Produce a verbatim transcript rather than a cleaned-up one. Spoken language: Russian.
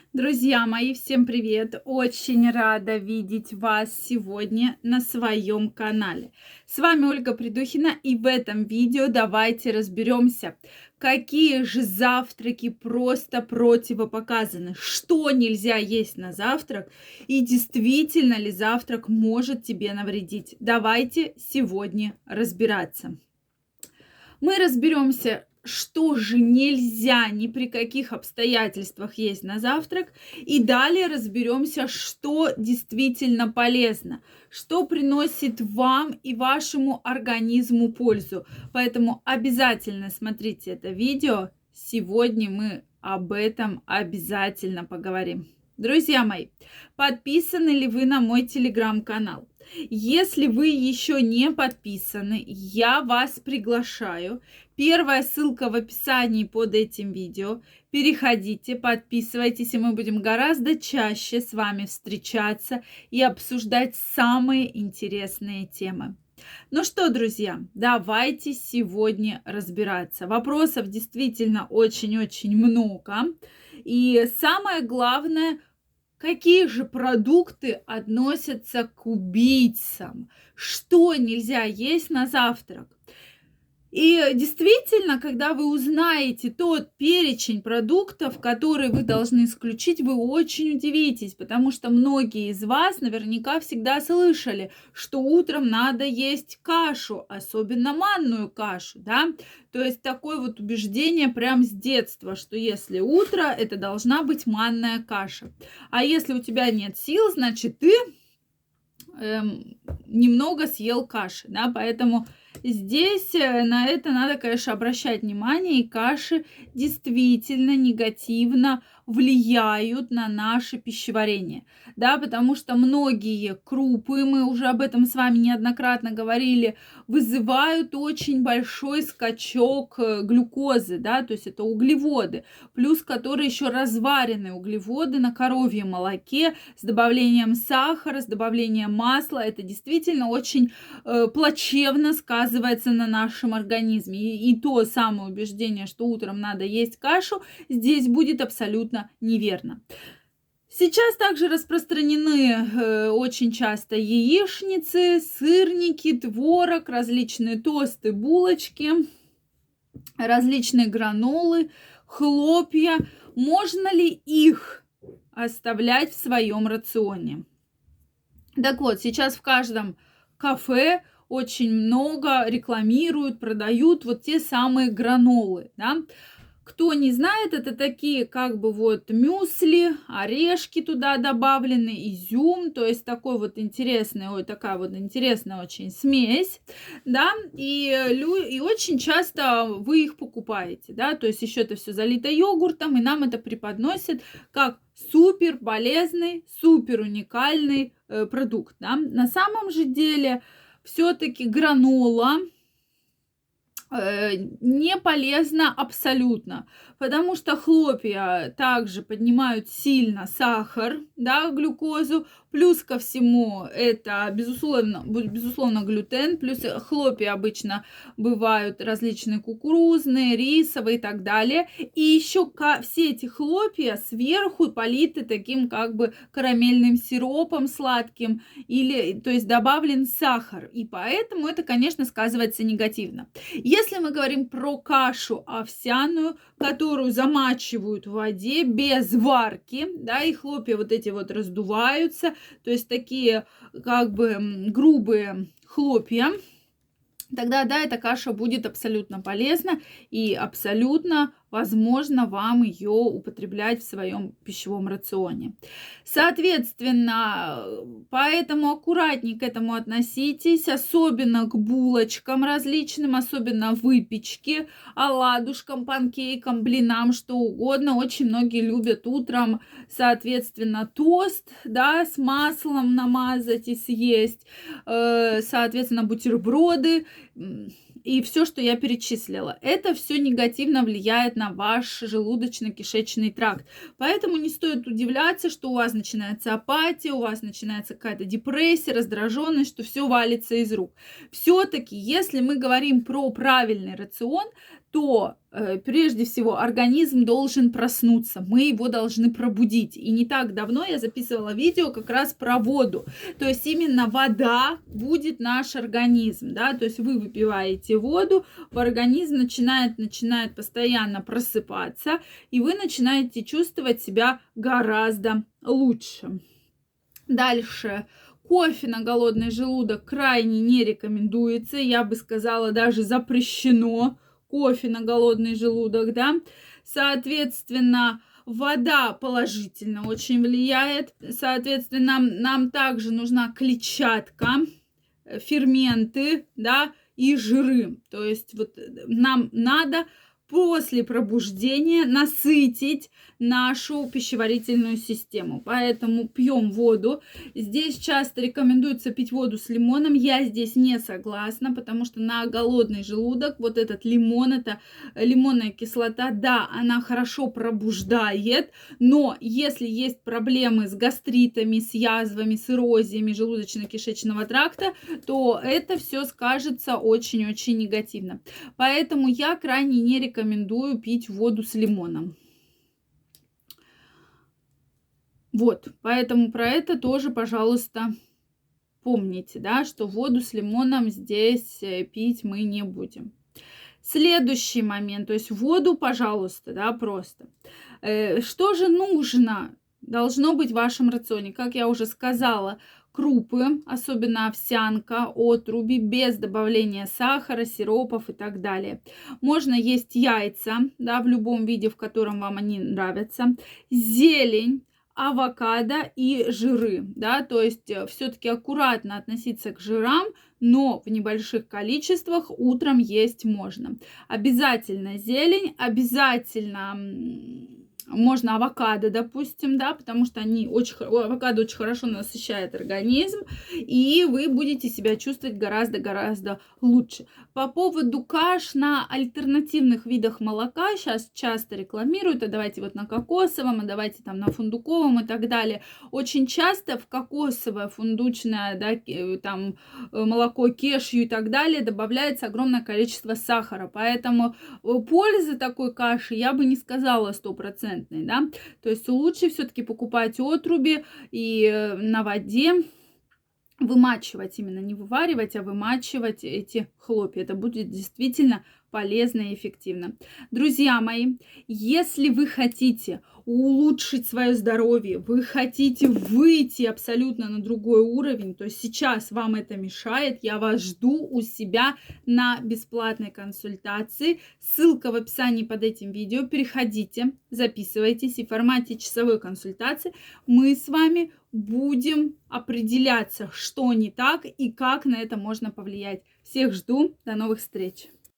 Друзья мои, всем привет! Очень рада видеть вас сегодня на своем канале. С вами Ольга Придухина, и в этом видео давайте разберемся, какие же завтраки просто противопоказаны, что нельзя есть на завтрак и действительно ли завтрак может тебе навредить. Давайте сегодня разбираться. Мы разберемся, что же нельзя ни при каких обстоятельствах есть на завтрак. И далее разберемся, что действительно полезно, что приносит вам и вашему организму пользу. Поэтому обязательно смотрите это видео. Сегодня мы об этом обязательно поговорим. Друзья мои, подписаны ли вы на мой телеграм-канал? Если вы еще не подписаны, я вас приглашаю. Первая ссылка в описании под этим видео. Переходите, подписывайтесь, и мы будем гораздо чаще с вами встречаться и обсуждать самые интересные темы. Ну что, друзья, давайте сегодня разбираться. Вопросов действительно очень-очень много. И самое главное, какие же продукты относятся к убийцам? Что нельзя есть на завтрак? И действительно, когда вы узнаете тот перечень продуктов, которые вы должны исключить, вы очень удивитесь, потому что многие из вас наверняка всегда слышали, что утром надо есть кашу, особенно манную кашу, да? То есть такое вот убеждение прям с детства, что если утро, это должна быть манная каша. А если у тебя нет сил, значит ты эм, немного съел каши, да? Поэтому здесь на это надо, конечно, обращать внимание, и каши действительно негативно влияют на наше пищеварение, да, потому что многие крупы, мы уже об этом с вами неоднократно говорили, вызывают очень большой скачок глюкозы, да, то есть это углеводы, плюс которые еще разваренные углеводы на коровьем молоке с добавлением сахара, с добавлением масла, это действительно очень э, плачевно сказывается на нашем организме. И, и то самое убеждение, что утром надо есть кашу, здесь будет абсолютно неверно. Сейчас также распространены э, очень часто яичницы, сырники, творог, различные тосты, булочки, различные гранолы, хлопья. Можно ли их оставлять в своем рационе? Так вот, сейчас в каждом кафе очень много рекламируют, продают вот те самые гранолы, да. Кто не знает, это такие как бы вот мюсли, орешки туда добавлены, изюм, то есть такой вот интересный, ой, такая вот интересная очень смесь, да, и, и очень часто вы их покупаете, да, то есть еще это все залито йогуртом, и нам это преподносят как супер полезный, супер уникальный э, продукт, да. На самом же деле все-таки гранола не полезно абсолютно, потому что хлопья также поднимают сильно сахар, да, глюкозу, плюс ко всему это безусловно, безусловно глютен, плюс хлопья обычно бывают различные кукурузные, рисовые и так далее, и еще все эти хлопья сверху политы таким как бы карамельным сиропом сладким, или, то есть добавлен сахар, и поэтому это, конечно, сказывается негативно. Если мы говорим про кашу овсяную, которую замачивают в воде без варки, да, и хлопья вот эти вот раздуваются, то есть такие как бы грубые хлопья, тогда, да, эта каша будет абсолютно полезна и абсолютно возможно вам ее употреблять в своем пищевом рационе. Соответственно, поэтому аккуратнее к этому относитесь, особенно к булочкам различным, особенно выпечке, оладушкам, панкейкам, блинам, что угодно. Очень многие любят утром, соответственно, тост, да, с маслом намазать и съесть, соответственно, бутерброды и все, что я перечислила. Это все негативно влияет на ваш желудочно-кишечный тракт. Поэтому не стоит удивляться, что у вас начинается апатия, у вас начинается какая-то депрессия, раздраженность, что все валится из рук. Все-таки, если мы говорим про правильный рацион, то э, прежде всего организм должен проснуться, мы его должны пробудить. И не так давно я записывала видео как раз про воду. То есть именно вода будет наш организм, да, то есть вы выпиваете воду, организм начинает, начинает постоянно просыпаться, и вы начинаете чувствовать себя гораздо лучше. Дальше. Кофе на голодный желудок крайне не рекомендуется, я бы сказала, даже запрещено кофе на голодный желудок, да. Соответственно, вода положительно очень влияет. Соответственно, нам, нам также нужна клетчатка, ферменты, да, и жиры. То есть вот нам надо после пробуждения насытить нашу пищеварительную систему. Поэтому пьем воду. Здесь часто рекомендуется пить воду с лимоном. Я здесь не согласна, потому что на голодный желудок вот этот лимон, это лимонная кислота, да, она хорошо пробуждает, но если есть проблемы с гастритами, с язвами, с эрозиями желудочно-кишечного тракта, то это все скажется очень-очень негативно. Поэтому я крайне не рекомендую рекомендую пить воду с лимоном. Вот, поэтому про это тоже, пожалуйста, помните, да, что воду с лимоном здесь пить мы не будем. Следующий момент, то есть воду, пожалуйста, да, просто. Э, что же нужно, должно быть в вашем рационе? Как я уже сказала, крупы, особенно овсянка, отруби, без добавления сахара, сиропов и так далее. Можно есть яйца, да, в любом виде, в котором вам они нравятся, зелень, авокадо и жиры, да, то есть все-таки аккуратно относиться к жирам, но в небольших количествах утром есть можно. Обязательно зелень, обязательно можно авокадо, допустим, да, потому что они очень, авокадо очень хорошо насыщает организм, и вы будете себя чувствовать гораздо-гораздо лучше. По поводу каш на альтернативных видах молока сейчас часто рекламируют, а давайте вот на кокосовом, а давайте там на фундуковом и так далее. Очень часто в кокосовое, фундучное, да, там молоко, кешью и так далее добавляется огромное количество сахара, поэтому пользы такой каши я бы не сказала сто процентов. Да? То есть лучше все-таки покупать отруби и на воде вымачивать, именно не вываривать, а вымачивать эти хлопья. Это будет действительно полезно и эффективно. Друзья мои, если вы хотите улучшить свое здоровье, вы хотите выйти абсолютно на другой уровень, то есть сейчас вам это мешает, я вас жду у себя на бесплатной консультации. Ссылка в описании под этим видео. Переходите, записывайтесь, и в формате часовой консультации мы с вами будем определяться, что не так и как на это можно повлиять. Всех жду. До новых встреч.